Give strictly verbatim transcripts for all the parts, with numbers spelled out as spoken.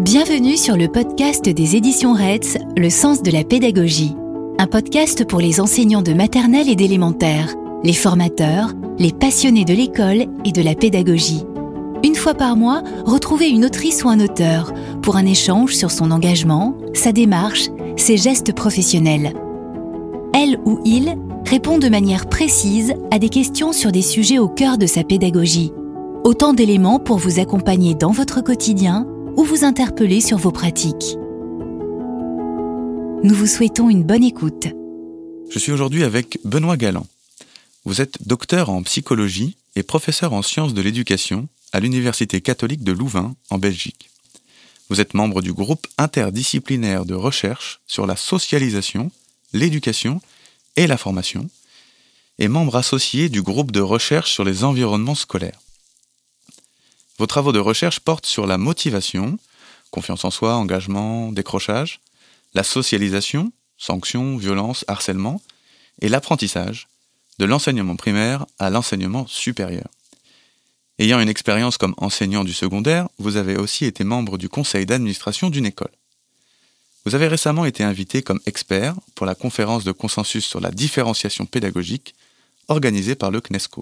Bienvenue sur le podcast des éditions Retz, Le sens de la pédagogie. Un podcast pour les enseignants de maternelle et d'élémentaire, les formateurs, les passionnés de l'école et de la pédagogie. Une fois par mois, retrouvez une autrice ou un auteur pour un échange sur son engagement, sa démarche, ses gestes professionnels. Elle ou il répond de manière précise à des questions sur des sujets au cœur de sa pédagogie. Autant d'éléments pour vous accompagner dans votre quotidien ou vous interpeller sur vos pratiques. Nous vous souhaitons une bonne écoute. Je suis aujourd'hui avec Benoît Galland. Vous êtes docteur en psychologie et professeur en sciences de l'éducation à l'Université catholique de Louvain, en Belgique. Vous êtes membre du groupe interdisciplinaire de recherche sur la socialisation, l'éducation et la formation, et membre associé du groupe de recherche sur les environnements scolaires. Vos travaux de recherche portent sur la motivation, confiance en soi, engagement, décrochage, la socialisation, sanctions, violences, harcèlement, et l'apprentissage, de l'enseignement primaire à l'enseignement supérieur. Ayant une expérience comme enseignant du secondaire, vous avez aussi été membre du conseil d'administration d'une école. Vous avez récemment été invité comme expert pour la conférence de consensus sur la différenciation pédagogique organisée par le CNESCO.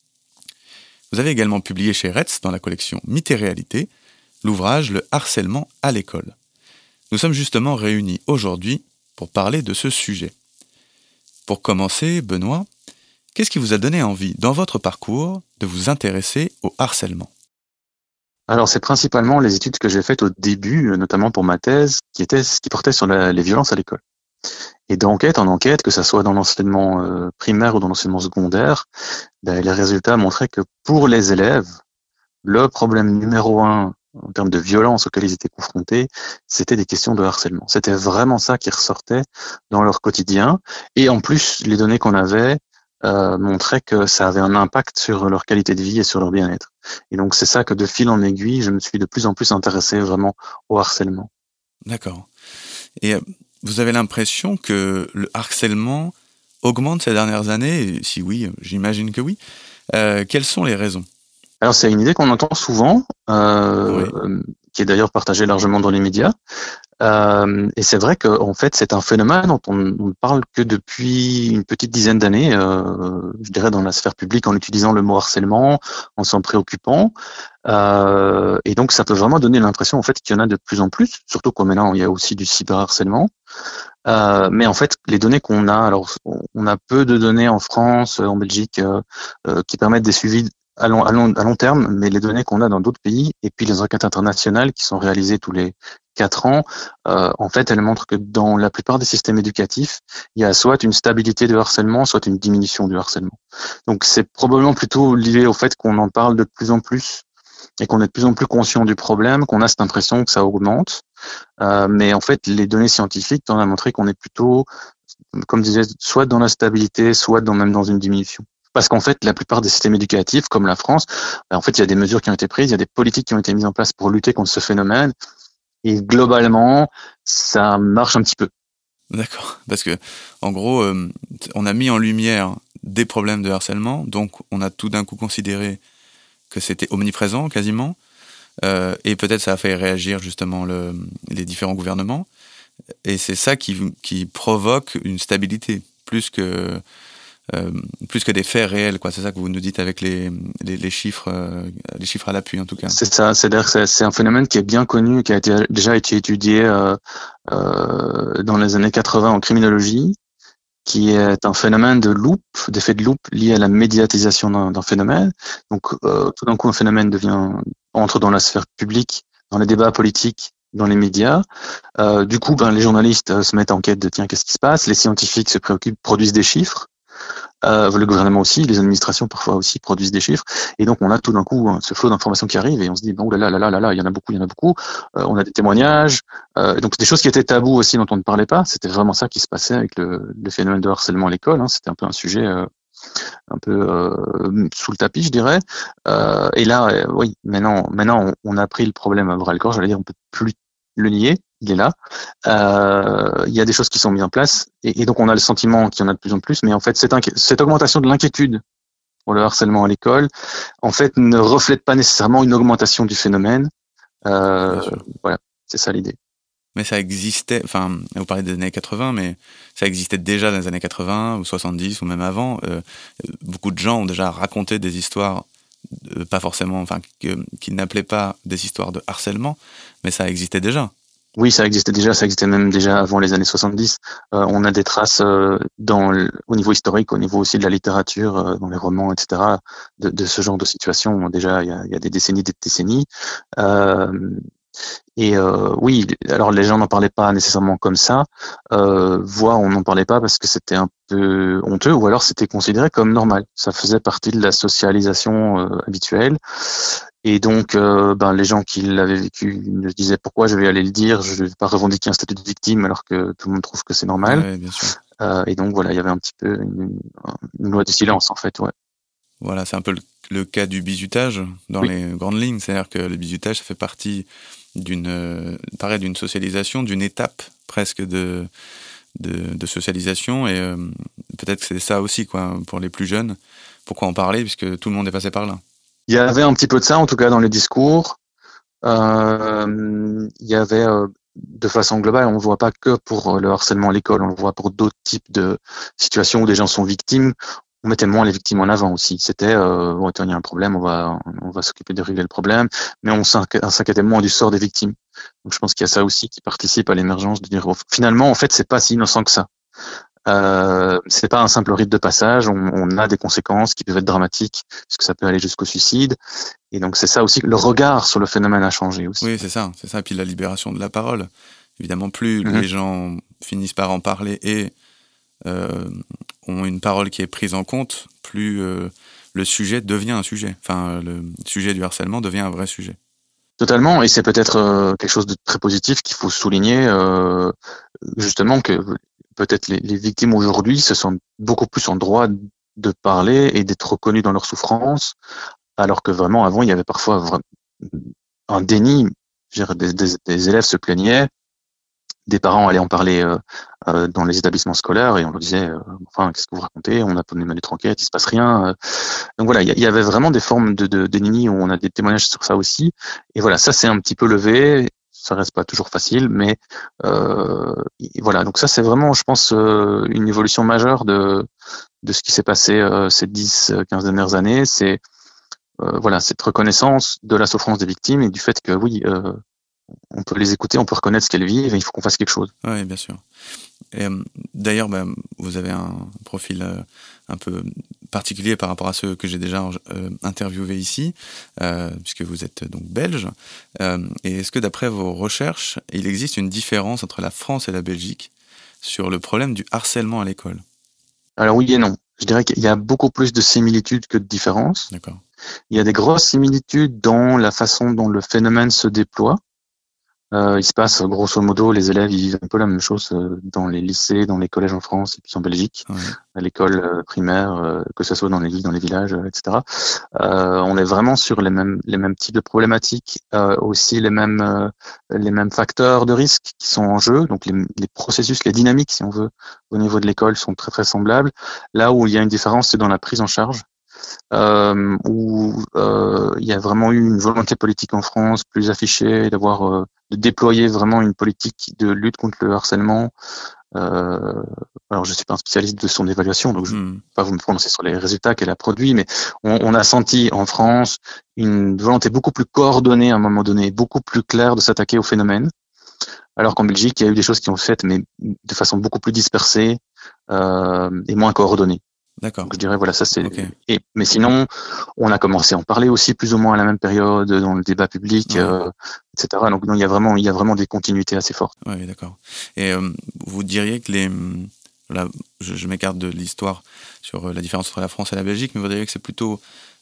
Vous avez également publié chez Retz, dans la collection Mythes et Réalités, l'ouvrage Le harcèlement à l'école. Nous sommes justement réunis aujourd'hui pour parler de ce sujet. Pour commencer, Benoît, qu'est-ce qui vous a donné envie, dans votre parcours, de vous intéresser au harcèlement ? Alors, c'est principalement les études que j'ai faites au début, notamment pour ma thèse, qui étaient, qui portaient sur la, les violences à l'école. Et d'enquête en enquête, que ça soit dans l'enseignement euh, primaire ou dans l'enseignement secondaire, ben, les résultats montraient que pour les élèves, le problème numéro un en termes de violence auxquelles ils étaient confrontés, c'était des questions de harcèlement. C'était vraiment ça qui ressortait dans leur quotidien. Et en plus, les données qu'on avait euh, montraient que ça avait un impact sur leur qualité de vie et sur leur bien-être. Et donc, c'est ça que de fil en aiguille, je me suis de plus en plus intéressé vraiment au harcèlement. D'accord. Et euh, vous avez l'impression que le harcèlement augmente ces dernières années ? Et si oui, j'imagine que oui. Euh, quelles sont les raisons ? Alors, c'est une idée qu'on entend souvent, euh, oui. qui est d'ailleurs partagée largement dans les médias. Euh, et c'est vrai qu'en fait, c'est un phénomène dont on ne parle que depuis une petite dizaine d'années, euh, je dirais dans la sphère publique, en utilisant le mot harcèlement, en s'en préoccupant. Euh, et donc, ça peut vraiment donner l'impression en fait qu'il y en a de plus en plus, surtout que maintenant, il y a aussi du cyberharcèlement. Euh, mais en fait, les données qu'on a, alors on a peu de données en France, en Belgique, euh, euh, qui permettent des suivis à long, à long, à long terme, mais les données qu'on a dans d'autres pays, et puis les enquêtes internationales qui sont réalisées tous les quatre ans, euh, en fait, elles montrent que dans la plupart des systèmes éducatifs, il y a soit une stabilité du harcèlement, soit une diminution du harcèlement. Donc, c'est probablement plutôt lié au fait qu'on en parle de plus en plus et qu'on est de plus en plus conscient du problème, qu'on a cette impression que ça augmente. Euh, mais en fait, les données scientifiques ont montré qu'on est plutôt, comme je disais, soit dans la stabilité, soit dans, même dans une diminution. Parce qu'en fait, la plupart des systèmes éducatifs, comme la France, en fait, il y a des mesures qui ont été prises, il y a des politiques qui ont été mises en place pour lutter contre ce phénomène. Et globalement, ça marche un petit peu. D'accord. Parce que, en gros, euh, on a mis en lumière des problèmes de harcèlement, donc on a tout d'un coup considéré que c'était omniprésent, quasiment, euh, et peut-être ça a fait réagir justement le, les différents gouvernements, et c'est ça qui, qui provoque une stabilité, plus que... Euh, plus que des faits réels, quoi. C'est ça que vous nous dites avec les, les, les chiffres, euh, les chiffres à l'appui en tout cas. C'est ça. C'est-à-dire que c'est, c'est un phénomène qui est bien connu, qui a été, déjà été étudié euh, euh, dans les années quatre-vingts en criminologie, qui est un phénomène de loop, d'effet de loop lié à la médiatisation d'un, d'un phénomène. Donc, euh, tout d'un coup, un phénomène devient entre dans la sphère publique, dans les débats politiques, dans les médias. Euh, du coup, ben les journalistes se mettent en quête de tiens, qu'est-ce qui se passe ? Les scientifiques se préoccupent, produisent des chiffres. Euh, le gouvernement aussi, les administrations parfois aussi produisent des chiffres, et donc on a tout d'un coup hein, ce flot d'informations qui arrive et on se dit bon là là là là là il y en a beaucoup, il y en a beaucoup. Euh, on a des témoignages, euh, donc c'est des choses qui étaient tabous aussi dont on ne parlait pas. C'était vraiment ça qui se passait avec le, le phénomène de harcèlement à l'école. Hein. C'était un peu un sujet euh, un peu euh, sous le tapis, je dirais. Euh, et là, euh, oui, maintenant, maintenant on, on a pris le problème à bras le corps. J'allais dire, on peut plus le nier. Il est là. Euh, il y a des choses qui sont mises en place et, et donc on a le sentiment qu'il y en a de plus en plus. Mais en fait, cette, inqui- cette augmentation de l'inquiétude pour le harcèlement à l'école, en fait, ne reflète pas nécessairement une augmentation du phénomène. Euh, voilà. C'est ça l'idée. Mais ça existait, enfin, vous parlez des années quatre-vingts, mais ça existait déjà dans les années quatre-vingts ou soixante-dix ou même avant. Euh, beaucoup de gens ont déjà raconté des histoires, euh, pas forcément, enfin, que, qu'ils n'appelaient pas des histoires de harcèlement, mais ça existait déjà. Oui, ça existait déjà, ça existait même déjà avant les années soixante-dix. Euh, on a des traces euh, dans le, au niveau historique, au niveau aussi de la littérature, euh, dans les romans, et cetera, de, de ce genre de situation. Déjà, il y a, il y a des décennies, des décennies. Euh, Et euh, oui, alors les gens n'en parlaient pas nécessairement comme ça, euh, voire on n'en parlait pas parce que c'était un peu honteux, ou alors c'était considéré comme normal. Ça faisait partie de la socialisation euh, habituelle. Et donc, euh, ben, les gens qui l'avaient vécu se disaient pourquoi je vais aller le dire, je ne vais pas revendiquer un statut de victime alors que tout le monde trouve que c'est normal. Ouais, bien sûr. Euh, et donc voilà, il y avait un petit peu une, une loi du silence en fait, ouais. Voilà, c'est un peu le, le cas du bizutage dans oui. les grandes lignes, c'est-à-dire que le bizutage, ça fait partie d'une, euh, pareil, d'une socialisation, d'une étape presque de, de, de socialisation, et euh, peut-être que c'est ça aussi, quoi, pour les plus jeunes. Pourquoi en parler, puisque tout le monde est passé par là. Il y avait un petit peu de ça, en tout cas, dans les discours. Euh, il y avait, euh, de façon globale, on ne voit pas que pour le harcèlement à l'école, on le voit pour d'autres types de situations où des gens sont victimes. On mettait moins les victimes en avant aussi. C'était, euh, bon, il y a un problème, on va, on va s'occuper de régler le problème, mais on s'inquiétait moins du sort des victimes. Donc, je pense qu'il y a ça aussi qui participe à l'émergence de dire, oh, finalement, en fait, c'est pas si innocent que ça. Euh, c'est pas un simple rite de passage. On, on a des conséquences qui peuvent être dramatiques, puisque ça peut aller jusqu'au suicide. Et donc, c'est ça aussi. Le regard sur le phénomène a changé aussi. Oui, c'est ça, c'est ça. Et puis la libération de la parole. Évidemment, plus mm-hmm. les gens finissent par en parler et euh, ont une parole qui est prise en compte, plus euh, le sujet devient un sujet. Enfin, le sujet du harcèlement devient un vrai sujet. Totalement, et c'est peut-être euh, quelque chose de très positif qu'il faut souligner, euh, justement que peut-être les, les victimes aujourd'hui se sentent beaucoup plus en droit de parler et d'être reconnues dans leur souffrance, alors que vraiment avant il y avait parfois un déni. Je veux dire, des, des, des élèves se plaignaient, des parents allaient en parler euh, euh, dans les établissements scolaires et on leur disait euh, enfin qu'est-ce que vous racontez, on a mené notre enquête, il se passe rien. Euh. Donc voilà, il y, y avait vraiment des formes de, de déni où on a des témoignages sur ça aussi. Et voilà, ça c'est un petit peu levé. Ça reste pas toujours facile, mais euh, voilà. Donc ça c'est vraiment, je pense, euh, une évolution majeure de de ce qui s'est passé euh, ces dix, quinze dernières années. C'est euh, voilà cette reconnaissance de la souffrance des victimes et du fait que oui. Euh, on peut les écouter, on peut reconnaître ce qu'elles vivent et il faut qu'on fasse quelque chose. Oui, bien sûr. Et, euh, d'ailleurs, bah, vous avez un profil euh, un peu particulier par rapport à ceux que j'ai déjà euh, interviewés ici, euh, puisque vous êtes donc belge. Euh, et est-ce que d'après vos recherches, il existe une différence entre la France et la Belgique sur le problème du harcèlement à l'école ? Alors oui et non. Je dirais qu'il y a beaucoup plus de similitudes que de différences. D'accord. Il y a des grosses similitudes dans la façon dont le phénomène se déploie. Euh, il se passe, grosso modo, les élèves ils vivent un peu la même chose euh, dans les lycées, dans les collèges en France et puis en Belgique, ouais. à l'école euh, primaire, euh, que ce soit dans les villes, dans les villages, euh, et cetera. Euh, on est vraiment sur les mêmes les mêmes types de problématiques, euh, aussi les mêmes euh, les mêmes facteurs de risque qui sont en jeu. Donc les, les processus, les dynamiques, si on veut, au niveau de l'école sont très très semblables. Là où il y a une différence, c'est dans la prise en charge. Euh, où euh, il y a vraiment eu une volonté politique en France plus affichée d'avoir euh, de déployer vraiment une politique de lutte contre le harcèlement. Euh, alors je suis pas un spécialiste de son évaluation, donc je ne vais pas vous me prononcer sur les résultats qu'elle a produits, mais on, on a senti en France une volonté beaucoup plus coordonnée à un moment donné, beaucoup plus claire de s'attaquer au phénomène. Alors qu'en Belgique, il y a eu des choses qui ont été faites, mais de façon beaucoup plus dispersée euh, et moins coordonnée. D'accord. Donc je dirais voilà ça c'est. Okay. Et mais sinon on a commencé à en parler aussi plus ou moins à la même période dans le débat public, ouais. euh, et cetera. Donc non, il y a vraiment il y a vraiment des continuités assez fortes. Oui, d'accord. Et euh, vous diriez que les là je, je m'écarte de l'histoire sur la différence entre la France et la Belgique, mais vous diriez que c'est plutôt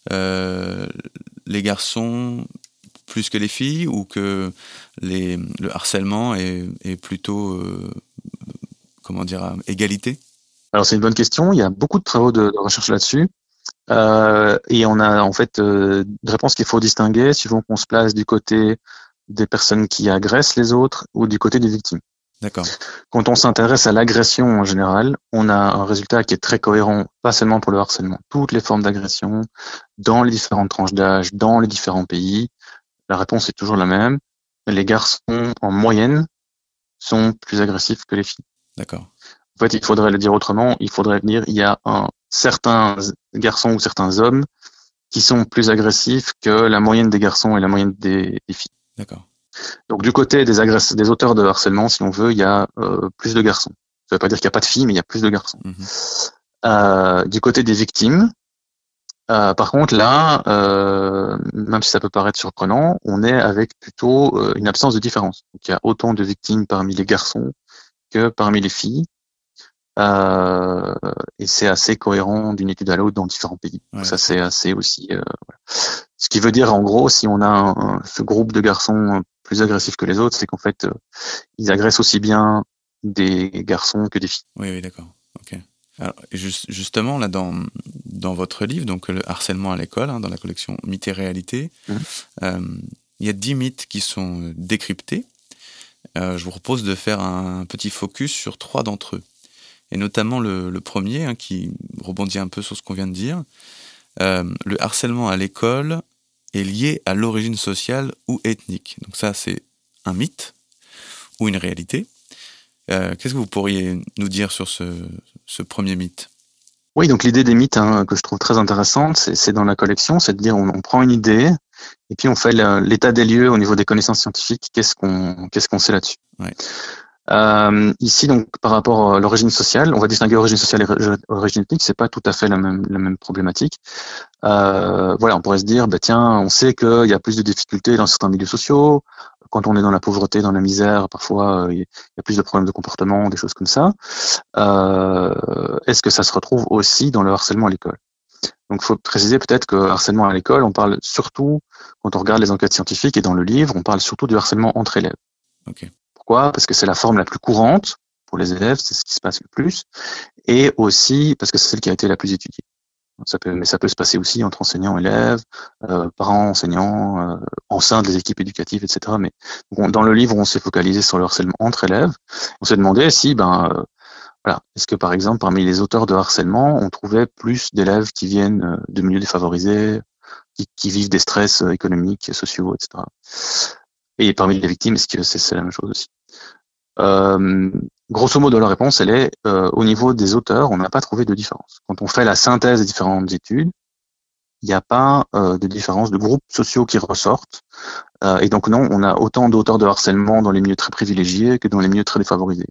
euh, les garçons plus que les filles ou que les le harcèlement est, est plutôt euh, comment dire à égalité? Alors c'est une bonne question. Il y a beaucoup de travaux de, de recherche là-dessus, euh, et on a en fait euh, des réponses qu'il faut distinguer suivant qu'on se place du côté des personnes qui agressent les autres ou du côté des victimes. D'accord. Quand on s'intéresse à l'agression en général, on a un résultat qui est très cohérent, pas seulement pour le harcèlement, toutes les formes d'agression, dans les différentes tranches d'âge, dans les différents pays. La réponse est toujours la même. les garçons, en moyenne, sont plus agressifs que les filles. D'accord. En fait, il faudrait le dire autrement. Il faudrait dire il y a un, certains garçons ou certains hommes qui sont plus agressifs que la moyenne des garçons et la moyenne des, des filles. D'accord. Donc, du côté des, agress- des auteurs de harcèlement, si on veut, il y a euh, plus de garçons. Ça veut pas dire qu'il n'y a pas de filles, mais il y a plus de garçons. Mmh. Euh, du côté des victimes, euh, par contre, là, euh, même si ça peut paraître surprenant, on est avec plutôt euh, une absence de différence. Donc, il y a autant de victimes parmi les garçons que parmi les filles. Euh, et c'est assez cohérent d'une étude à l'autre dans différents pays. Ouais. Ça, c'est assez aussi. Euh, voilà. Ce qui veut dire, en gros, si on a un, un, ce groupe de garçons plus agressifs que les autres, c'est qu'en fait, euh, ils agressent aussi bien des garçons que des filles. Oui, oui, d'accord. Ok. Alors, juste, justement, là, dans, dans votre livre, donc le harcèlement à l'école, hein, dans la collection Mythes et réalités, mmh. euh, il y a dix mythes qui sont décryptés. Euh, je vous propose de faire un petit focus sur trois d'entre eux. Et notamment le, le premier, hein, qui rebondit un peu sur ce qu'on vient de dire. Euh, le harcèlement à l'école est lié à l'origine sociale ou ethnique. Donc ça, c'est un mythe ou une réalité. Euh, qu'est-ce que vous pourriez nous dire sur ce, ce premier mythe ? Oui, donc l'idée des mythes, hein, que je trouve très intéressante, c'est, c'est dans la collection, c'est de dire on, on prend une idée et puis on fait le, l'état des lieux au niveau des connaissances scientifiques. Qu'est-ce qu'on, qu'est-ce qu'on sait là-dessus ? Ouais. Euh, ici, donc, par rapport à l'origine sociale, on va distinguer origine sociale et origine ethnique, c'est pas tout à fait la même, la même problématique. Euh, voilà, on pourrait se dire, bah, tiens, on sait qu'il y a plus de difficultés dans certains milieux sociaux. Quand on est dans la pauvreté, dans la misère, parfois, il y a plus de problèmes de comportement, des choses comme ça. Euh, est-ce que ça se retrouve aussi dans le harcèlement à l'école ? Donc, il faut préciser peut-être que harcèlement à l'école, on parle surtout, quand on regarde les enquêtes scientifiques et dans le livre, on parle surtout du harcèlement entre élèves. Okay. Pourquoi ? Parce que c'est la forme la plus courante pour les élèves, c'est ce qui se passe le plus, et aussi parce que c'est celle qui a été la plus étudiée. Ça peut, mais ça peut se passer aussi entre enseignants, élèves, euh, parents, enseignants, euh, en sein des équipes éducatives, et cetera. Mais bon, dans le livre, on s'est focalisé sur le harcèlement entre élèves. On s'est demandé si, ben, euh, voilà, est-ce que par exemple, parmi les auteurs de harcèlement, on trouvait plus d'élèves qui viennent de milieux défavorisés, qui, qui vivent des stress économiques, sociaux, et cetera. Et parmi les victimes, est-ce que c'est, c'est la même chose aussi ? Euh, grosso modo, la réponse, elle est euh, au niveau des auteurs, on n'a pas trouvé de différence. Quand on fait la synthèse des différentes études, il n'y a pas euh, de différence de groupes sociaux qui ressortent. Euh, et donc non, on a autant d'auteurs de harcèlement dans les milieux très privilégiés que dans les milieux très défavorisés.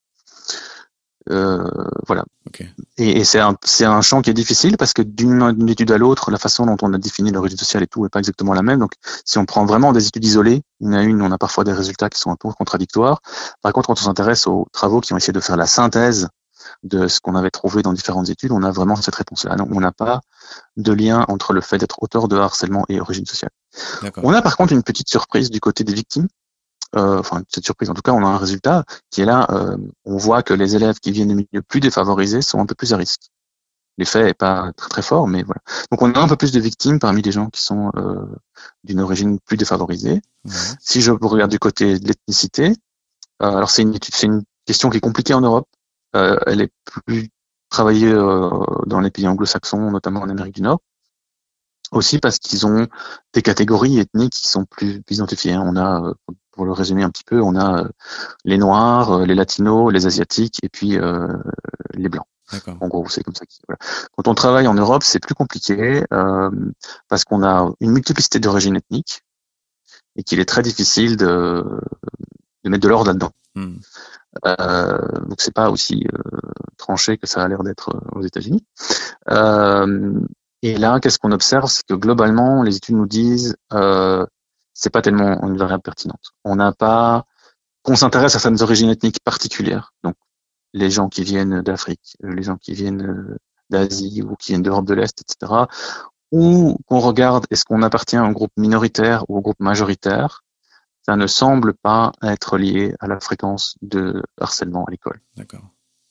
Euh, voilà. Okay. Et, et c'est un c'est un champ qui est difficile parce que d'une, d'une étude à l'autre, la façon dont on a défini l'origine sociale et tout est pas exactement la même. Donc, si on prend vraiment des études isolées, une à une, on a parfois des résultats qui sont un peu contradictoires. Par contre, quand on s'intéresse aux travaux qui ont essayé de faire la synthèse de ce qu'on avait trouvé dans différentes études, on a vraiment cette réponse-là. Donc, on n'a pas de lien entre le fait d'être auteur de harcèlement et origine sociale. D'accord. On a par contre une petite surprise du côté des victimes. Euh, enfin, cette surprise, en tout cas, on a un résultat qui est là. Euh, on voit que les élèves qui viennent de milieux plus défavorisés sont un peu plus à risque. L'effet est pas très très fort, mais voilà. Donc, on a un peu plus de victimes parmi les gens qui sont euh, d'une origine plus défavorisée. Mmh. Si je regarde du côté de l'ethnicité, euh, alors c'est une étude, c'est une question qui est compliquée en Europe. Euh, elle est plus travaillée euh, dans les pays anglo-saxons, notamment en Amérique du Nord. Aussi parce qu'ils ont des catégories ethniques qui sont plus, plus identifiées. On a, pour le résumer un petit peu, on a les Noirs, les Latinos, les Asiatiques et puis euh, les Blancs. D'accord. En gros, c'est comme ça. Voilà. Quand on travaille en Europe, c'est plus compliqué euh, parce qu'on a une multiplicité d'origines ethniques et qu'il est très difficile de, de mettre de l'ordre là-dedans. Mm. Euh, donc c'est pas aussi euh, tranché que ça a l'air d'être aux États-Unis. Euh, Et là, qu'est-ce qu'on observe, c'est que globalement, les études nous disent, euh, c'est pas tellement une variable pertinente. On n'a pas, qu'on s'intéresse à certaines origines ethniques particulières, donc les gens qui viennent d'Afrique, les gens qui viennent d'Asie ou qui viennent d'Europe de l'Est, et cetera, ou qu'on regarde est-ce qu'on appartient à un groupe minoritaire ou au groupe majoritaire, ça ne semble pas être lié à la fréquence de harcèlement à l'école. D'accord.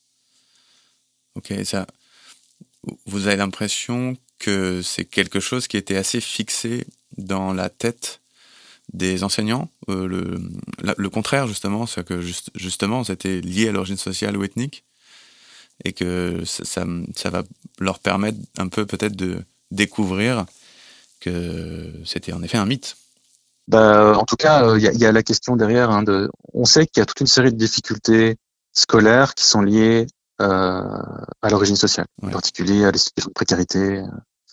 Ok, ça, vous avez l'impression que c'est quelque chose qui était assez fixé dans la tête des enseignants, euh, le, la, le contraire justement, c'est que juste, justement c'était lié à l'origine sociale ou ethnique, et que ça, ça, ça va leur permettre un peu peut-être de découvrir que c'était en effet un mythe. Bah, en tout cas, il euh, y, y a la question derrière. Hein, de, on sait qu'il y a toute une série de difficultés scolaires qui sont liées euh, à l'origine sociale, ouais. En particulier à des situations de précarité.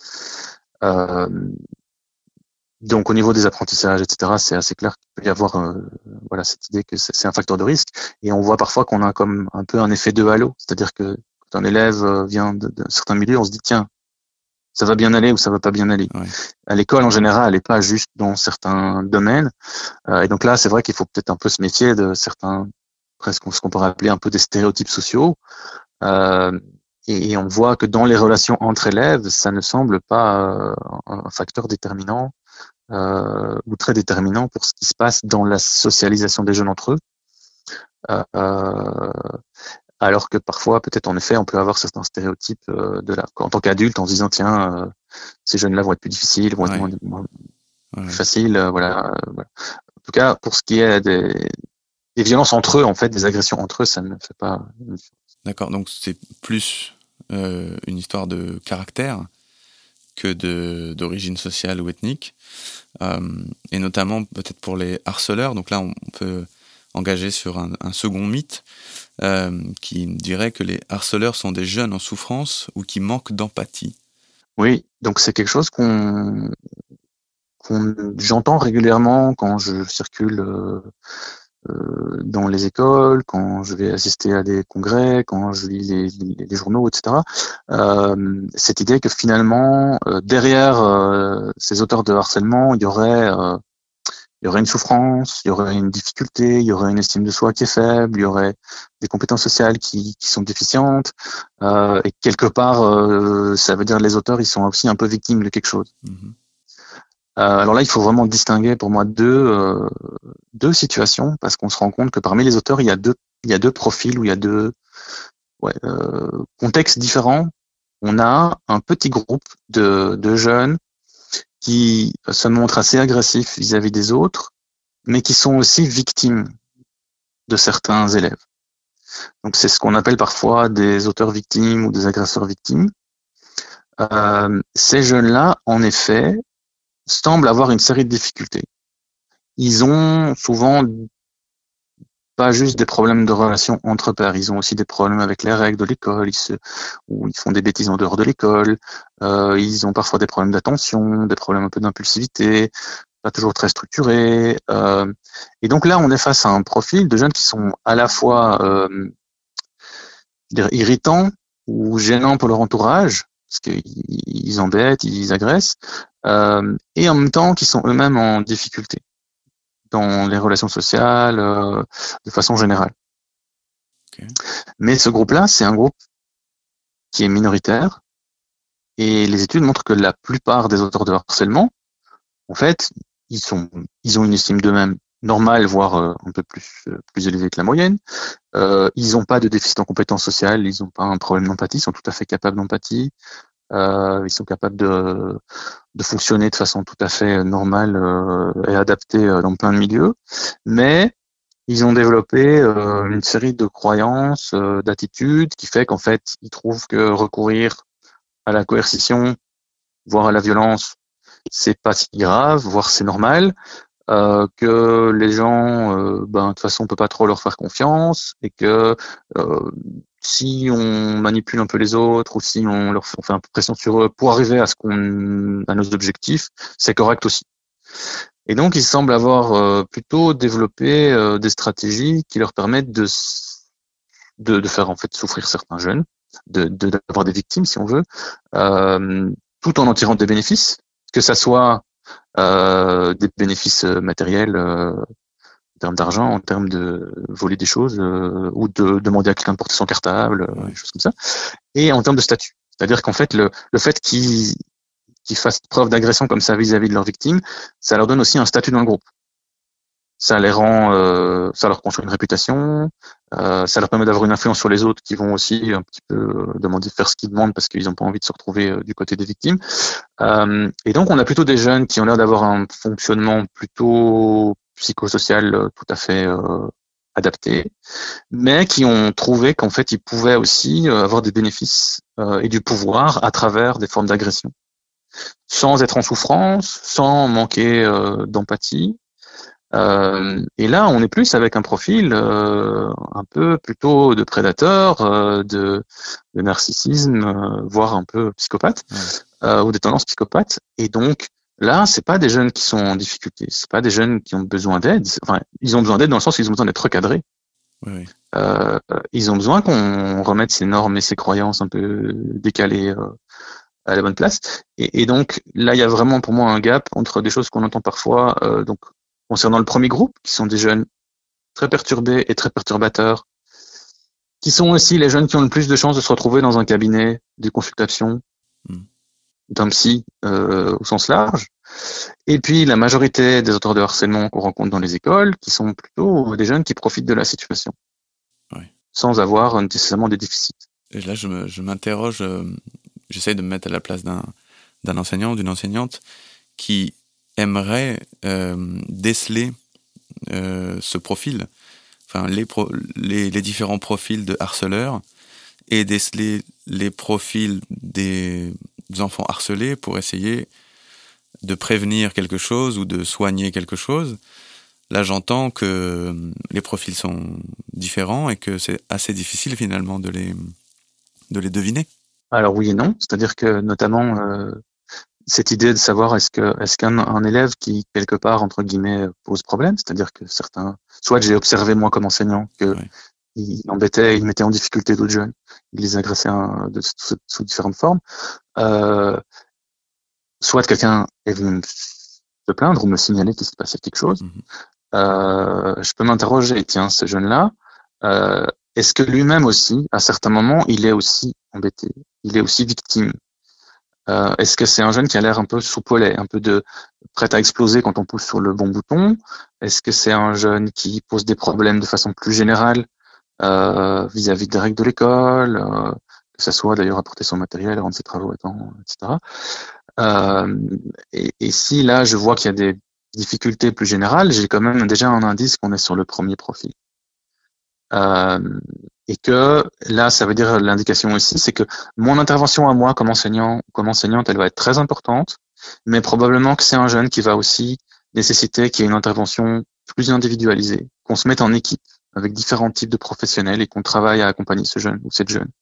Euh, donc, au niveau des apprentissages, et cetera, c'est assez clair qu'il peut y avoir euh, voilà cette idée que c'est, c'est un facteur de risque. Et on voit parfois qu'on a comme un peu un effet de halo, c'est-à-dire que quand un élève vient d'un certain milieu, on se dit tiens, ça va bien aller ou ça va pas bien aller. Ouais. À l'école, en général, elle n'est pas juste dans certains domaines. Euh, et donc là, c'est vrai qu'il faut peut-être un peu se méfier de certains, presque ce qu'on pourrait appeler un peu des stéréotypes sociaux. Euh, et, et on voit que dans les relations entre élèves, ça ne semble pas euh, un facteur déterminant euh, ou très déterminant pour ce qui se passe dans la socialisation des jeunes entre eux. Euh, euh, alors que parfois, peut-être en effet, on peut avoir certains stéréotypes euh, de là, en tant qu'adulte, en se disant tiens, euh, ces jeunes-là vont être plus difficiles, vont être ouais. moins, moins ouais. plus faciles, euh, voilà, euh, voilà. En tout cas, pour ce qui est des, des violences entre eux, en fait, des agressions entre eux, ça ne fait pas. D'accord, donc c'est plus euh, une histoire de caractère que de d'origine sociale ou ethnique, euh, et notamment peut-être pour les harceleurs. Donc là, on peut engagé sur un, un second mythe euh, qui dirait que les harceleurs sont des jeunes en souffrance ou qui manquent d'empathie. Oui, donc c'est quelque chose qu'on, qu'on j'entends régulièrement quand je circule euh, euh, dans les écoles, quand je vais assister à des congrès, quand je lis les, les, les journaux, et cetera. Euh, cette idée que finalement, euh, derrière euh, ces auteurs de harcèlement, il y aurait euh, il y aurait une souffrance, il y aurait une difficulté, il y aurait une estime de soi qui est faible, il y aurait des compétences sociales qui, qui sont déficientes, euh, et quelque part, euh, ça veut dire que les auteurs, ils sont aussi un peu victimes de quelque chose. Mm-hmm. Euh, alors là, il faut vraiment distinguer pour moi deux euh, deux situations, parce qu'on se rend compte que parmi les auteurs, il y a deux il y a deux profils où il y a deux ouais, euh, contextes différents. On a un petit groupe de, de jeunes qui se montrent assez agressifs vis-à-vis des autres, mais qui sont aussi victimes de certains élèves. Donc c'est ce qu'on appelle parfois des auteurs victimes ou des agresseurs victimes. Euh, ces jeunes-là, en effet, semblent avoir une série de difficultés. Ils ont souvent pas juste des problèmes de relations entre pairs, ils ont aussi des problèmes avec les règles de l'école, ils se, ou ils font des bêtises en dehors de l'école, euh, ils ont parfois des problèmes d'attention, des problèmes un peu d'impulsivité, pas toujours très structurés. Euh, et donc là, on est face à un profil de jeunes qui sont à la fois euh, irritants ou gênants pour leur entourage, parce qu'ils embêtent, ils agressent, euh, et en même temps qui sont eux-mêmes en difficulté dans les relations sociales, euh, de façon générale. Okay. Mais ce groupe-là, c'est un groupe qui est minoritaire, et les études montrent que la plupart des auteurs de harcèlement, en fait, ils sont, ils ont une estime d'eux-mêmes normale, voire euh, un peu plus, euh, plus élevée que la moyenne. Euh, ils n'ont pas de déficit en compétences sociales, ils n'ont pas un problème d'empathie, ils sont tout à fait capables d'empathie. Euh, ils sont capables de, de fonctionner de façon tout à fait normale euh, et adaptée euh, dans plein de milieux, mais ils ont développé euh, une série de croyances, euh, d'attitudes qui fait qu'en fait, ils trouvent que recourir à la coercition, voire à la violence, c'est pas si grave, voire c'est normal, euh, que les gens, euh, ben de toute façon, on peut pas trop leur faire confiance, et que euh, si on manipule un peu les autres ou si on leur fait, on fait un peu pression sur eux pour arriver à ce qu'on, à nos objectifs, c'est correct aussi. Et donc, ils semblent avoir euh, plutôt développé euh, des stratégies qui leur permettent de, de, de faire en fait souffrir certains jeunes, de, de d'avoir des victimes si on veut, euh, tout en en tirant des bénéfices, que ça soit euh, des bénéfices matériels. Euh, en termes d'argent, en termes de voler des choses, euh, ou de demander à quelqu'un de porter son cartable, euh, des choses comme ça, et en termes de statut. C'est-à-dire qu'en fait, le, le fait qu'ils, qu'ils fassent preuve d'agression comme ça vis-à-vis de leurs victimes, ça leur donne aussi un statut dans le groupe. Ça les rend, euh, ça leur construit une réputation, euh, ça leur permet d'avoir une influence sur les autres qui vont aussi un petit peu euh, demander de faire ce qu'ils demandent parce qu'ils n'ont pas envie de se retrouver euh, du côté des victimes. Euh, et donc, on a plutôt des jeunes qui ont l'air d'avoir un fonctionnement plutôt psychosocial euh, tout à fait euh, adapté, mais qui ont trouvé qu'en fait, ils pouvaient aussi euh, avoir des bénéfices euh, et du pouvoir à travers des formes d'agression, sans être en souffrance, sans manquer euh, d'empathie, Euh, et là, on est plus avec un profil euh, un peu plutôt de prédateur, euh, de, de narcissisme, euh, voire un peu psychopathe, Ouais. euh, ou des tendances psychopathes. Et donc là, c'est pas des jeunes qui sont en difficulté, c'est pas des jeunes qui ont besoin d'aide. Enfin, ils ont besoin d'aide dans le sens où ils ont besoin d'être recadrés. Oui, oui. Euh, ils ont besoin qu'on remette ces normes et ces croyances un peu décalées euh, à la bonne place. Et, et donc là, il y a vraiment pour moi un gap entre des choses qu'on entend parfois. Euh, donc concernant le premier groupe, qui sont des jeunes très perturbés et très perturbateurs, qui sont aussi les jeunes qui ont le plus de chances de se retrouver dans un cabinet de consultation Mm. d'un psy euh, au sens large. Et puis la majorité des auteurs de harcèlement qu'on rencontre dans les écoles, qui sont plutôt des jeunes qui profitent de la situation, Ouais. sans avoir nécessairement des déficits. Et là, je, me, je m'interroge, euh, j'essaie de me mettre à la place d'un, d'un enseignant ou d'une enseignante qui aimerait euh, déceler euh, ce profil, enfin les, pro, les, les différents profils de harceleurs, et déceler les profils des enfants harcelés pour essayer de prévenir quelque chose ou de soigner quelque chose. Là, j'entends que les profils sont différents et que c'est assez difficile finalement de les, de les deviner. Alors oui et non, c'est-à-dire que notamment euh, cette idée de savoir est-ce que est-ce qu'un un élève qui quelque part entre guillemets pose problème, c'est-à-dire que certains, soit j'ai observé moi comme enseignant que Ouais. il embêtait, il mettait en difficulté d'autres jeunes, il les agressait hein, de, sous, sous différentes formes, euh, soit quelqu'un est venu me se plaindre ou me signaler qu'il se passait quelque chose. Mm-hmm. Euh, je peux m'interroger, tiens, ce jeune-là, euh, est-ce que lui-même aussi, à certains moments, il est aussi embêté, il est aussi victime? Euh, est-ce que c'est un jeune qui a l'air un peu soupolé, un peu de prêt à exploser quand on pousse sur le bon bouton? Est-ce que c'est un jeune qui pose des problèmes de façon plus générale euh, vis-à-vis des règles de l'école, euh, que ça soit d'ailleurs apporter son matériel, rendre ses travaux à temps, et cetera. Euh, et, et si là je vois qu'il y a des difficultés plus générales, j'ai quand même déjà un indice qu'on est sur le premier profil. Euh, et que là, ça veut dire l'indication aussi, c'est que mon intervention à moi comme enseignant, comme enseignante, elle va être très importante, mais probablement que c'est un jeune qui va aussi nécessiter qu'il y ait une intervention plus individualisée, qu'on se mette en équipe avec différents types de professionnels et qu'on travaille à accompagner ce jeune ou cette jeune.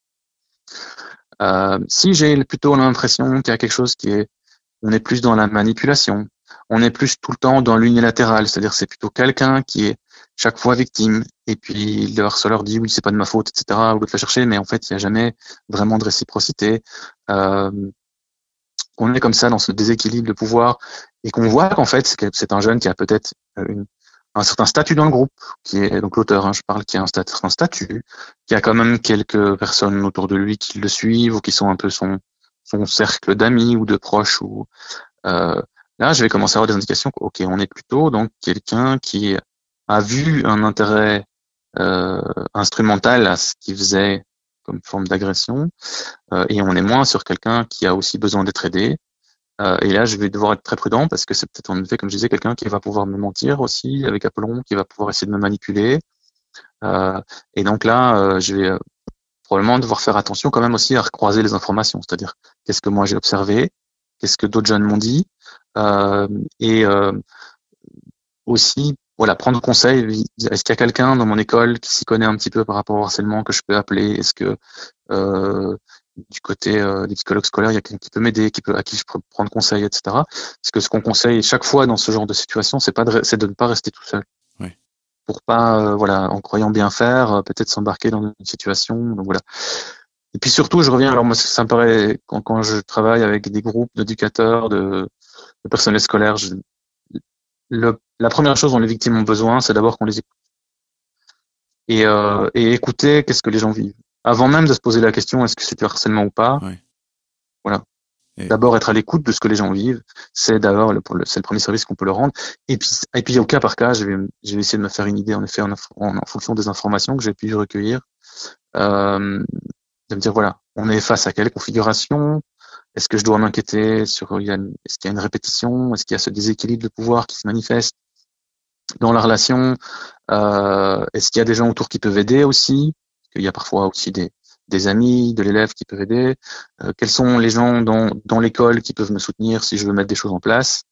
Euh, si j'ai plutôt l'impression qu'il y a quelque chose qui est, on est plus dans la manipulation, on est plus tout le temps dans l'unilatéral, c'est-à-dire c'est plutôt quelqu'un qui est chaque fois victime, et puis le harceleur dit oui c'est pas de ma faute, et cetera, ou l'autre va chercher, mais en fait il n'y a jamais vraiment de réciprocité. Euh, qu'on est comme ça dans ce déséquilibre de pouvoir, et qu'on voit qu'en fait c'est, c'est un jeune qui a peut-être une, un certain statut dans le groupe, qui est donc l'auteur, hein, je parle, qui a un certain statut, qui a quand même quelques personnes autour de lui qui le suivent ou qui sont un peu son son cercle d'amis ou de proches. Ou euh, là, je vais commencer à avoir des indications. Ok, on est plutôt donc quelqu'un qui a vu un intérêt euh, instrumental à ce qu'il faisait comme forme d'agression, euh, et on est moins sur quelqu'un qui a aussi besoin d'être aidé. Euh, et là, je vais devoir être très prudent parce que c'est peut-être en effet, comme je disais, quelqu'un qui va pouvoir me mentir aussi avec aplomb, qui va pouvoir essayer de me manipuler. Euh, et donc là, euh, je vais euh, probablement devoir faire attention quand même aussi à recroiser les informations, c'est-à-dire qu'est-ce que moi j'ai observé, qu'est-ce que d'autres jeunes m'ont dit, euh, et euh, aussi voilà prendre conseil. Est-ce qu'il y a quelqu'un dans mon école qui s'y connaît un petit peu par rapport au harcèlement que je peux appeler? Est-ce que euh, du côté euh, des psychologues scolaires, il y a quelqu'un qui peut m'aider, qui peut, à qui je peux prendre conseil, et cetera. Parce que ce qu'on conseille chaque fois dans ce genre de situation, c'est pas de, c'est de ne pas rester tout seul. Oui. Pour pas, euh, voilà, en croyant bien faire, euh, peut-être s'embarquer dans une situation. Donc voilà. Et puis surtout, je reviens. Alors moi, ça me paraît quand, quand je travaille avec des groupes d'éducateurs, de, de personnel scolaire, je, le, la première chose dont les victimes ont besoin, c'est d'abord qu'on les écoute et, euh, et écouter qu'est-ce que les gens vivent. Avant même de se poser la question est-ce que c'est du harcèlement ou pas, Oui. voilà. Et... D'abord être à l'écoute de ce que les gens vivent, c'est d'abord le, c'est le premier service qu'on peut leur rendre. Et puis, et puis au cas par cas, je vais, je vais essayer de me faire une idée en effet en, en, en fonction des informations que j'ai pu recueillir, euh, de me dire voilà, on est face à quelle configuration, est-ce que je dois m'inquiéter sur, il y a une, est-ce qu'il y a une répétition, est-ce qu'il y a ce déséquilibre de pouvoir qui se manifeste dans la relation, euh, est-ce qu'il y a des gens autour qui peuvent aider aussi? Il y a parfois aussi des, des amis de l'élève qui peuvent aider. Euh, quels sont les gens dans, dans l'école qui peuvent me soutenir si je veux mettre des choses en place?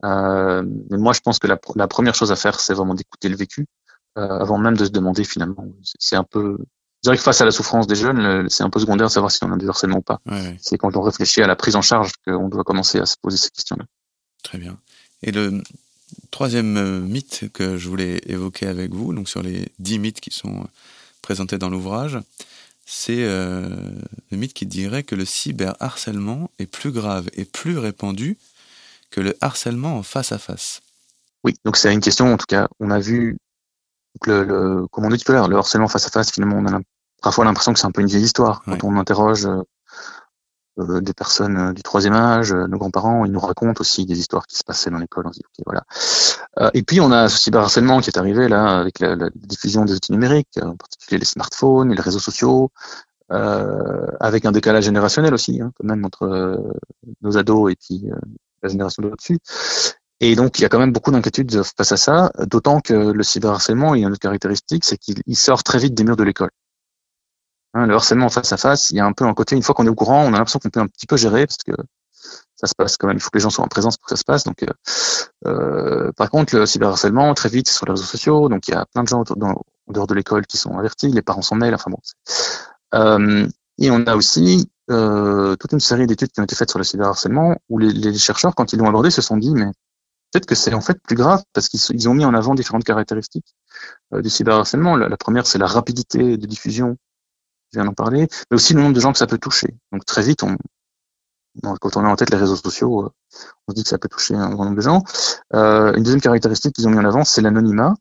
Euh, mais moi, je pense que la, la première chose à faire, c'est vraiment d'écouter le vécu, euh, avant même de se demander finalement. C'est, c'est un peu, je dirais que face à la souffrance des jeunes, le, c'est un peu secondaire de savoir si on a du harcèlement ou pas. Ouais, ouais. C'est quand on réfléchit à la prise en charge qu'on doit commencer à se poser ces questions-là. Très bien. Et le troisième mythe que je voulais évoquer avec vous, donc sur les dix mythes qui sont présentés dans l'ouvrage, c'est euh, le mythe qui dirait que le cyberharcèlement est plus grave et plus répandu que le harcèlement en face à face. Oui, donc c'est une question, en tout cas, on a vu, donc le, le, comme on dit tout à l'heure, le harcèlement face à face, finalement, on a parfois l'impression que c'est un peu une vieille histoire. Ouais. Quand on interroge euh, des personnes euh, du troisième âge, euh, nos grands-parents, ils nous racontent aussi des histoires qui se passaient dans l'école. On se dit, ok, voilà. Euh, et puis, on a ce cyberharcèlement qui est arrivé là avec la, la diffusion des outils numériques, en particulier les smartphones et les réseaux sociaux, euh, avec un décalage générationnel aussi, hein, quand même, entre euh, nos ados et puis euh, la génération d'au-dessus. Et donc, il y a quand même beaucoup d'inquiétudes face à ça, d'autant que le cyberharcèlement, il y a une autre caractéristique, c'est qu'il il sort très vite des murs de l'école. Hein, le harcèlement face à face, il y a un peu un côté, une fois qu'on est au courant, on a l'impression qu'on peut un petit peu gérer, parce que ça se passe quand même, il faut que les gens soient en présence pour que ça se passe. Donc, euh, euh, par contre, le cyberharcèlement, très vite, c'est sur les réseaux sociaux, donc il y a plein de gens autour, dans, en dehors de l'école qui sont avertis, les parents s'en mêlent, enfin bon. Euh, et on a aussi euh, toute une série d'études qui ont été faites sur le cyberharcèlement, où les, les chercheurs, quand ils l'ont abordé, se sont dit, mais peut-être que c'est en fait plus grave, parce qu'ils ils ont mis en avant différentes caractéristiques euh, du cyberharcèlement. La, la première, c'est la rapidité de diffusion, je viens d'en parler, mais aussi le nombre de gens que ça peut toucher. Donc très vite, on, quand on a en tête les réseaux sociaux, on se dit que ça peut toucher un grand nombre de gens. Euh, une deuxième caractéristique qu'ils ont mis en avant, c'est l'anonymat,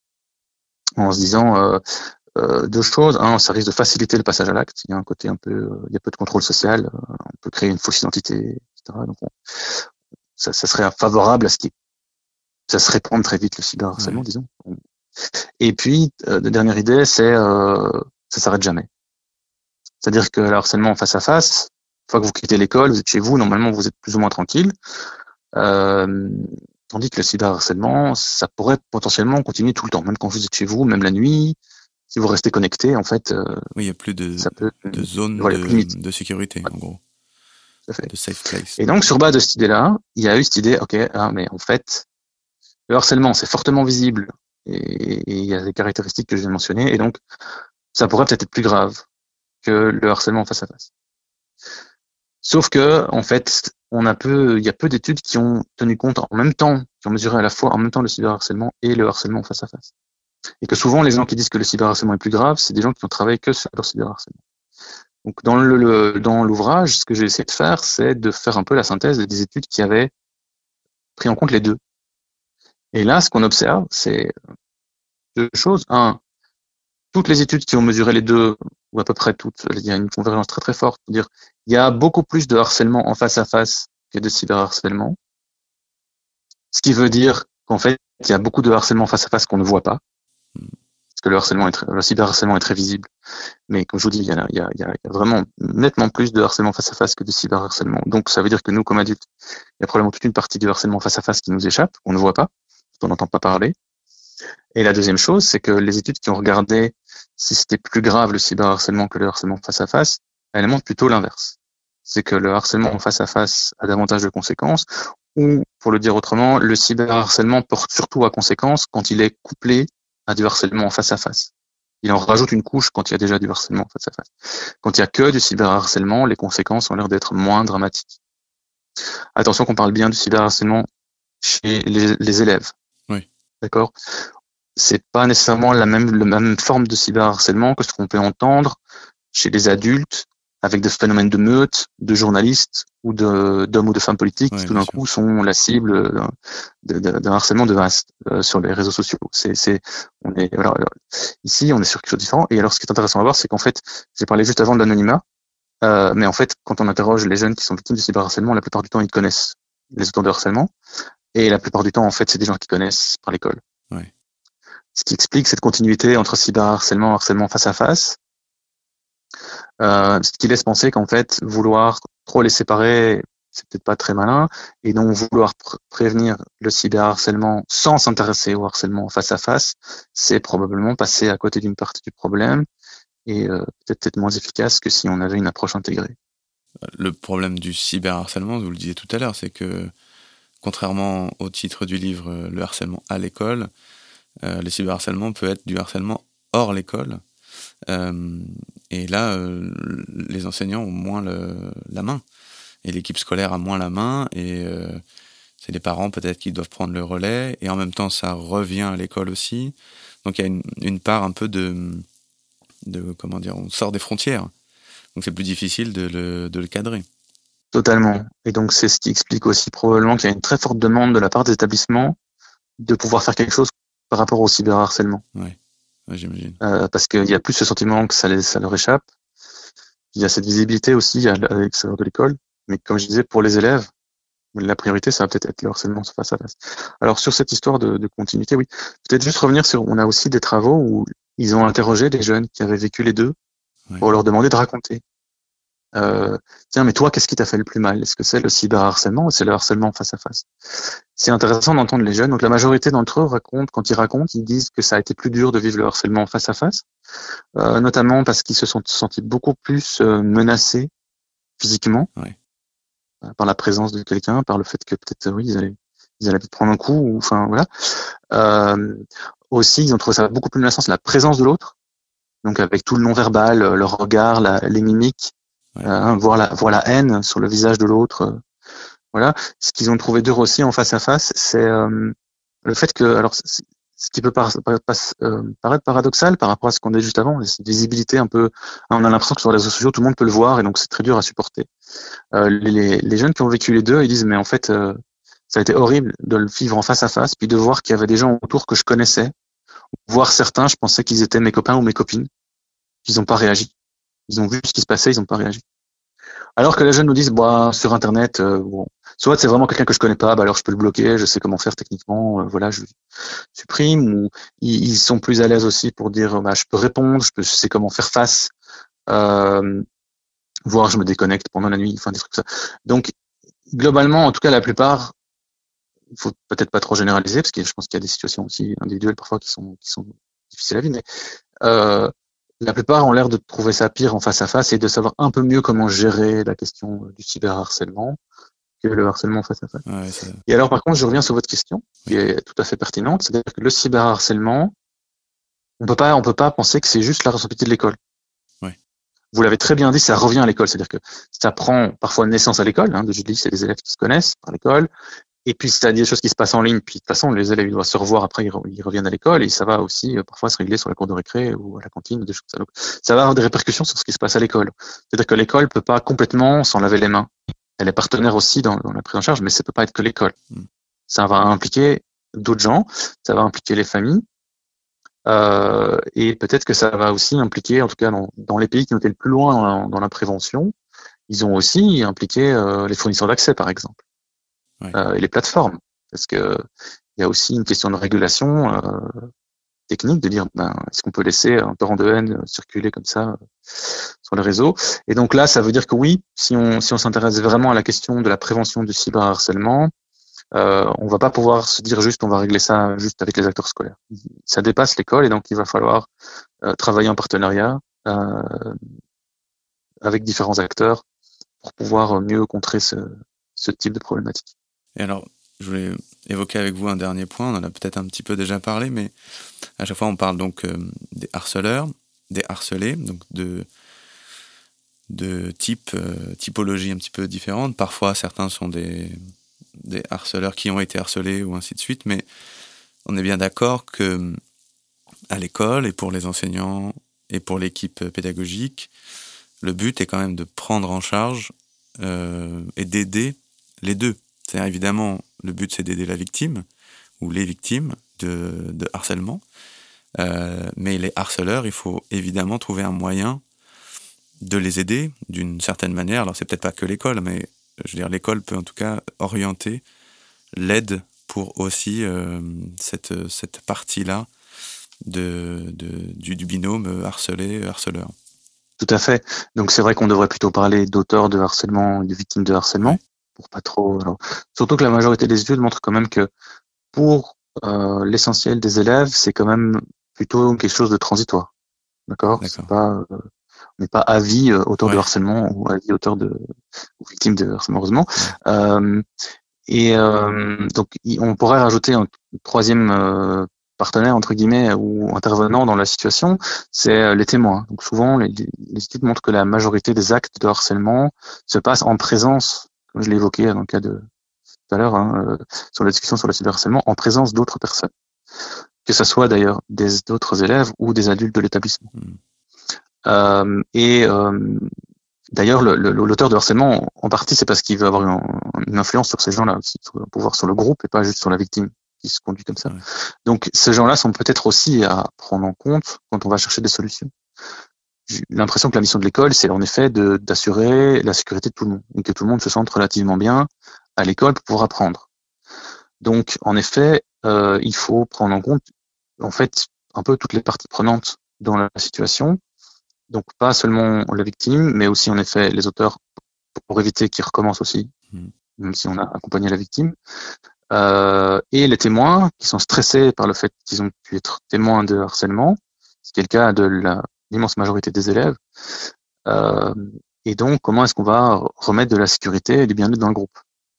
en se disant euh, euh, deux choses. Un, ça risque de faciliter le passage à l'acte. Il y a un côté un peu, euh, il y a peu de contrôle social. Euh, on peut créer une fausse identité, et cetera. Donc on, ça, ça serait favorable à ce qui, ça se répand très vite le cyberharcèlement, ouais. disons. Et puis, euh, la dernière idée, c'est euh, ça s'arrête jamais. C'est-à-dire que le harcèlement face à face, une fois que vous quittez l'école, vous êtes chez vous, normalement vous êtes plus ou moins tranquille. Euh, tandis que le cyberharcèlement, ça pourrait potentiellement continuer tout le temps, même quand vous êtes chez vous, même la nuit, si vous restez connecté, en fait. Euh, oui, il n'y a plus de, ça peut, de zone voilà, de, de sécurité, ouais. en gros. Tout à fait. De safe place. Et donc, sur base de cette idée-là, il y a eu cette idée, ok, ah, mais en fait, le harcèlement, c'est fortement visible et il y a des caractéristiques que je viens de mentionner, et donc, ça pourrait peut-être être plus grave que le harcèlement face à face. Sauf que, en fait, on a peu, il y a peu d'études qui ont tenu compte en même temps, qui ont mesuré à la fois en même temps le cyberharcèlement et le harcèlement face à face. Et que souvent, les gens qui disent que le cyberharcèlement est plus grave, c'est des gens qui ont travaillé que sur le cyberharcèlement. Donc, dans le, le dans l'ouvrage, ce que j'ai essayé de faire, c'est de faire un peu la synthèse des études qui avaient pris en compte les deux. Et là, ce qu'on observe, c'est deux choses. Un, toutes les études qui ont mesuré les deux, ou à peu près toutes, il y a une convergence très très forte. C'est-à-dire, il y a beaucoup plus de harcèlement en face à face que de cyberharcèlement. Ce qui veut dire qu'en fait, il y a beaucoup de harcèlement face à face qu'on ne voit pas. Parce que le harcèlement est très, le cyberharcèlement est très visible. Mais comme je vous dis, il y a, il y a, il y a vraiment nettement plus de harcèlement face à face que de cyberharcèlement. Donc, ça veut dire que nous, comme adultes, il y a probablement toute une partie du harcèlement face à face qui nous échappe, qu'on ne voit pas, dont on n'entend pas parler. Et la deuxième chose, c'est que les études qui ont regardé si c'était plus grave le cyberharcèlement que le harcèlement face à face, elles montrent plutôt l'inverse. C'est que le harcèlement face à face a davantage de conséquences, ou, pour le dire autrement, le cyberharcèlement porte surtout à conséquence quand il est couplé à du harcèlement face à face. Il en rajoute une couche quand il y a déjà du harcèlement face à face. Quand il y a que du cyberharcèlement, les conséquences ont l'air d'être moins dramatiques. Attention qu'on parle bien du cyberharcèlement chez les, les élèves. Oui. D'accord? C'est pas nécessairement la même, la même forme de cyberharcèlement que ce qu'on peut entendre chez les adultes avec des phénomènes de meute, de journalistes ou de, d'hommes ou de femmes politiques ouais, qui tout d'un sûr. coup sont la cible d'un, d'un harcèlement de masse euh, sur les réseaux sociaux. C'est, c'est, on est, voilà, ici, on est sur quelque chose de différent. Et alors, ce qui est intéressant à voir, c'est qu'en fait, j'ai parlé juste avant de l'anonymat, euh, mais en fait, quand on interroge les jeunes qui sont victimes de cyberharcèlement, la plupart du temps, ils connaissent les auteurs de harcèlement. Et la plupart du temps, en fait, c'est des gens qui connaissent par l'école. Ouais. Ce qui explique cette continuité entre cyberharcèlement et harcèlement face à face. Euh, ce qui laisse penser qu'en fait, vouloir trop les séparer, c'est peut-être pas très malin, et donc vouloir pr- prévenir le cyberharcèlement sans s'intéresser au harcèlement face à face, c'est probablement passer à côté d'une partie du problème et euh, peut-être être moins efficace que si on avait une approche intégrée. Le problème du cyberharcèlement, vous le disiez tout à l'heure, c'est que contrairement au titre du livre, euh, le harcèlement à l'école, euh, le cyberharcèlement peut être du harcèlement hors l'école. Euh, et là, euh, les enseignants ont moins le, la main. Et l'équipe scolaire a moins la main. Et euh, c'est les parents peut-être qui doivent prendre le relais. Et en même temps, ça revient à l'école aussi. Donc il y a une, une part un peu de, de... Comment dire, on sort des frontières. Donc c'est plus difficile de le, de le cadrer. Totalement. Et donc, c'est ce qui explique aussi probablement qu'il y a une très forte demande de la part des établissements de pouvoir faire quelque chose par rapport au cyberharcèlement. Ouais, ouais j'imagine. Euh, parce qu'il y a plus ce sentiment que ça, les, ça leur échappe. Il y a cette visibilité aussi à l'extérieur de l'école. Mais comme je disais, pour les élèves, la priorité, ça va peut-être être le harcèlement face à face. Alors, sur cette histoire de, de continuité, oui. Peut-être juste revenir sur, on a aussi des travaux où ils ont interrogé des jeunes qui avaient vécu les deux ouais. pour leur demander de raconter. Euh, tiens, mais toi, qu'est-ce qui t'a fait le plus mal? Est-ce que c'est le cyberharcèlement ou c'est le harcèlement face à face? C'est intéressant d'entendre les jeunes. Donc, la majorité d'entre eux racontent, quand ils racontent, ils disent que ça a été plus dur de vivre le harcèlement face à face, euh, notamment parce qu'ils se sont sentis beaucoup plus euh, menacés physiquement ouais. euh, par la présence de quelqu'un, par le fait que peut-être, oui, ils allaient, ils allaient prendre un coup, ou enfin, voilà. Euh, aussi, ils ont trouvé ça beaucoup plus menaçant, c'est la présence de l'autre. Donc, avec tout le non-verbal, le regard, la, les mimiques. Ouais. Euh, voir la voir la haine sur le visage de l'autre, euh, voilà. Ce qu'ils ont trouvé dur aussi en face à face, c'est euh, le fait que, alors, ce qui peut par, par, par, euh, paraître paradoxal par rapport à ce qu'on a dit juste avant, cette visibilité un peu, on a l'impression que sur les réseaux sociaux tout le monde peut le voir et donc c'est très dur à supporter. Euh, les, les jeunes qui ont vécu les deux, ils disent mais en fait euh, ça a été horrible de le vivre en face à face, puis de voir qu'il y avait des gens autour que je connaissais, voire certains, je pensais qu'ils étaient mes copains ou mes copines, qu'ils n'ont pas réagi. Ils ont vu ce qui se passait, ils n'ont pas réagi. Alors que les jeunes nous disent, bah, sur Internet, euh, bon, soit c'est vraiment quelqu'un que je connais pas, bah alors je peux le bloquer, je sais comment faire techniquement, euh, voilà, je supprime. Ou ils, ils sont plus à l'aise aussi pour dire, bah, je peux répondre, je, peux, je sais comment faire face, euh, voire je me déconnecte pendant la nuit, enfin des trucs comme ça. Donc globalement, en tout cas, la plupart, il faut peut-être pas trop généraliser parce que je pense qu'il y a des situations aussi individuelles parfois qui sont qui sont difficiles à vivre, mais euh, la plupart ont l'air de trouver ça pire en face à face et de savoir un peu mieux comment gérer la question du cyberharcèlement que le harcèlement face à face. Ouais, c'est... Et alors, par contre, je reviens sur votre question, qui est tout à fait pertinente, c'est-à-dire que le cyberharcèlement, on peut pas, on peut pas penser que c'est juste la responsabilité de l'école. Ouais. Vous l'avez très bien dit, ça revient à l'école, c'est-à-dire que ça prend parfois naissance à l'école, hein, de je dis, c'est des élèves qui se connaissent par l'école. Et puis, c'est des choses qui se passent en ligne. Puis, de toute façon, les élèves, ils doivent se revoir après, ils reviennent à l'école et ça va aussi euh, parfois se régler sur la cour de récré ou à la cantine ou des choses comme ça. Donc, ça va avoir des répercussions sur ce qui se passe à l'école. C'est-à-dire que l'école peut pas complètement s'en laver les mains. Elle est partenaire aussi dans, dans la prise en charge, mais ça peut pas être que l'école. Mm. Ça va impliquer d'autres gens, ça va impliquer les familles, euh, et peut-être que ça va aussi impliquer, en tout cas dans, dans les pays qui ont été le plus loin dans la, dans la prévention, ils ont aussi impliqué euh, les fournisseurs d'accès, par exemple. Ouais. Euh, et les plateformes, parce que il y a aussi une question de régulation euh, technique, de dire ben, est-ce qu'on peut laisser un torrent de haine circuler comme ça euh, sur les réseaux. Et donc là, ça veut dire que oui, si on si on s'intéresse vraiment à la question de la prévention du cyberharcèlement, euh, on va pas pouvoir se dire juste on va régler ça juste avec les acteurs scolaires. Ça dépasse l'école et donc il va falloir euh, travailler en partenariat euh, avec différents acteurs pour pouvoir mieux contrer ce, ce type de problématique. Et alors, je voulais évoquer avec vous un dernier point, on en a peut-être un petit peu déjà parlé, mais à chaque fois on parle donc euh, des harceleurs, des harcelés, donc de, de type, euh, typologie un petit peu différentes. Parfois certains sont des, des harceleurs qui ont été harcelés ou ainsi de suite, mais on est bien d'accord que à l'école et pour les enseignants et pour l'équipe pédagogique, le but est quand même de prendre en charge euh, et d'aider les deux. C'est-à-dire, évidemment, le but, c'est d'aider la victime ou les victimes de, de harcèlement. Euh, mais les harceleurs, il faut évidemment trouver un moyen de les aider d'une certaine manière. Alors, c'est peut-être pas que l'école, mais je veux dire, l'école peut en tout cas orienter l'aide pour aussi euh, cette, cette partie-là de, de, du, du binôme harcelé-harceleur. Tout à fait. Donc, c'est vrai qu'on devrait plutôt parler d'auteurs de harcèlement, de victimes de harcèlement. Ouais. Pour pas trop. Alors, surtout que la majorité des études montrent quand même que pour euh, l'essentiel des élèves, c'est quand même plutôt quelque chose de transitoire. D'accord, D'accord. C'est pas, euh, on n'est pas à vie euh, auteur ouais. de harcèlement ou à vie auteur de ou victime de harcèlement, heureusement. Ouais. Euh, et euh, donc on pourrait rajouter un troisième euh, partenaire entre guillemets ou intervenant dans la situation, c'est les témoins. Donc souvent les, les études montrent que la majorité des actes de harcèlement se passent en présence, comme je l'ai évoqué dans le cas de tout à l'heure hein, euh, sur la discussion sur le cyberharcèlement, en présence d'autres personnes, que ce soit d'ailleurs des d'autres élèves ou des adultes de l'établissement. Mmh. Euh, et euh, d'ailleurs, le, le, l'auteur de harcèlement, en partie, c'est parce qu'il veut avoir une, une influence sur ces gens-là, aussi, sur un pouvoir sur le groupe et pas juste sur la victime qui se conduit comme ça. Ouais. Donc, ces gens-là sont peut-être aussi à prendre en compte quand on va chercher des solutions. J'ai l'impression que la mission de l'école, c'est en effet de, d'assurer la sécurité de tout le monde et que tout le monde se sente relativement bien à l'école pour pouvoir apprendre. Donc, en effet, euh, il faut prendre en compte, en fait, un peu toutes les parties prenantes dans la situation. Donc, pas seulement la victime, mais aussi, en effet, les auteurs pour éviter qu'ils recommencent aussi, mmh. même si on a accompagné la victime. Euh, et les témoins qui sont stressés par le fait qu'ils ont pu être témoins de harcèlement, ce qui est le cas de la, l'immense majorité des élèves. Euh, et donc, comment est-ce qu'on va remettre de la sécurité et du bien-être dans le groupe?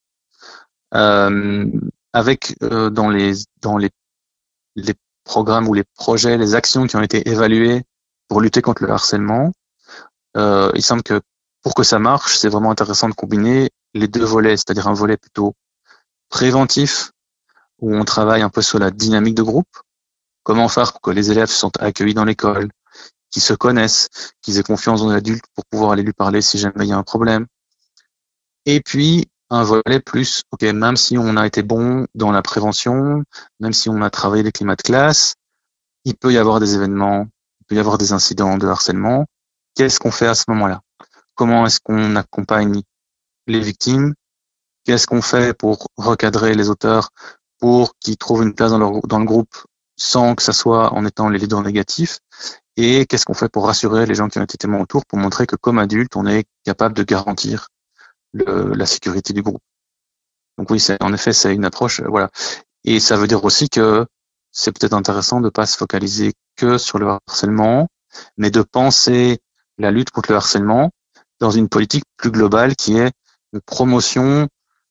Euh, avec euh, dans les dans les les programmes ou les projets, les actions qui ont été évaluées pour lutter contre le harcèlement, euh, il semble que pour que ça marche, c'est vraiment intéressant de combiner les deux volets, c'est-à-dire un volet plutôt préventif où on travaille un peu sur la dynamique de groupe, comment faire pour que les élèves se sentent accueillis dans l'école, qu'ils se connaissent, qu'ils aient confiance dans l'adulte pour pouvoir aller lui parler si jamais il y a un problème. Et puis un volet plus, ok, même si on a été bon dans la prévention, même si on a travaillé les climats de classe, il peut y avoir des événements, il peut y avoir des incidents de harcèlement. Qu'est-ce qu'on fait à ce moment-là? Comment est-ce qu'on accompagne les victimes? Qu'est-ce qu'on fait pour recadrer les auteurs pour qu'ils trouvent une place dans, leur, dans le groupe sans que ça soit en étant les leaders négatifs? Et qu'est-ce qu'on fait pour rassurer les gens qui ont été témoins autour pour montrer que comme adulte, on est capable de garantir le, la sécurité du groupe? Donc oui, c'est, en effet, c'est une approche, euh, voilà. Et ça veut dire aussi que c'est peut-être intéressant de pas se focaliser que sur le harcèlement, mais de penser la lutte contre le harcèlement dans une politique plus globale qui est une promotion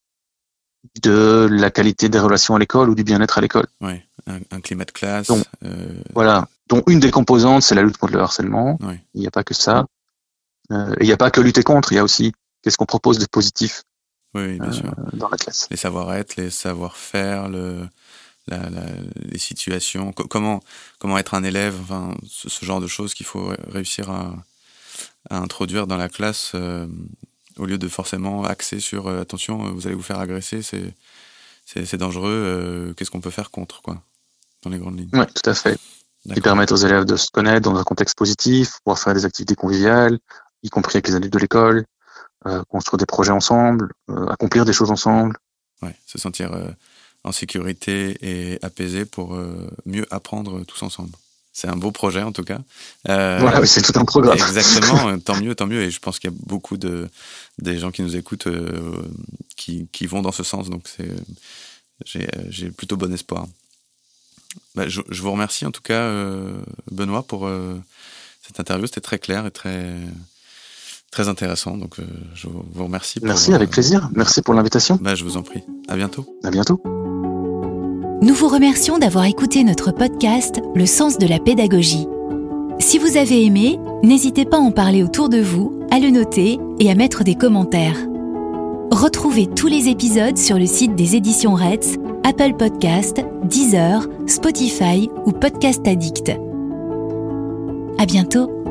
de la qualité des relations à l'école ou du bien-être à l'école. Oui, un, un climat de classe. Donc, euh... voilà. Donc, une des composantes, c'est la lutte contre le harcèlement. Oui. Il n'y a pas que ça. Euh, et il n'y a pas que lutter contre. Il y a aussi qu'est-ce qu'on propose de positif oui, oui, bien euh, sûr. dans la classe. Les savoir-être, les savoir-faire, le, la, la, les situations. Co- comment, comment être un élève, enfin, ce, ce genre de choses qu'il faut réussir à, à introduire dans la classe. Euh, au lieu de forcément axer sur euh, attention, vous allez vous faire agresser, c'est, c'est, c'est dangereux, euh, qu'est-ce qu'on peut faire contre, quoi, dans les grandes lignes. Oui, tout à fait. D'accord. Qui permettent aux élèves de se connaître dans un contexte positif, pouvoir faire des activités conviviales, y compris avec les adultes de l'école, euh, construire des projets ensemble, euh, accomplir des choses ensemble. Ouais, se sentir euh, en sécurité et apaisé pour euh, mieux apprendre tous ensemble. C'est un beau projet en tout cas. Euh, voilà, oui, c'est tout un programme. Exactement, tant mieux, tant mieux. Et je pense qu'il y a beaucoup de des gens qui nous écoutent euh, qui qui vont dans ce sens. Donc c'est j'ai j'ai plutôt bon espoir. Bah, je, je vous remercie en tout cas, euh, Benoît, pour euh, cette interview. C'était très clair et très très intéressant. Donc euh, je vous remercie. Pour, Merci, avec euh, plaisir. Merci pour l'invitation. Bah, je vous en prie. À bientôt. À bientôt. Nous vous remercions d'avoir écouté notre podcast « Le sens de la pédagogie ». Si vous avez aimé, n'hésitez pas à en parler autour de vous, à le noter et à mettre des commentaires. Retrouvez tous les épisodes sur le site des éditions Retz, Apple Podcast, Deezer, Spotify ou Podcast Addict. À bientôt.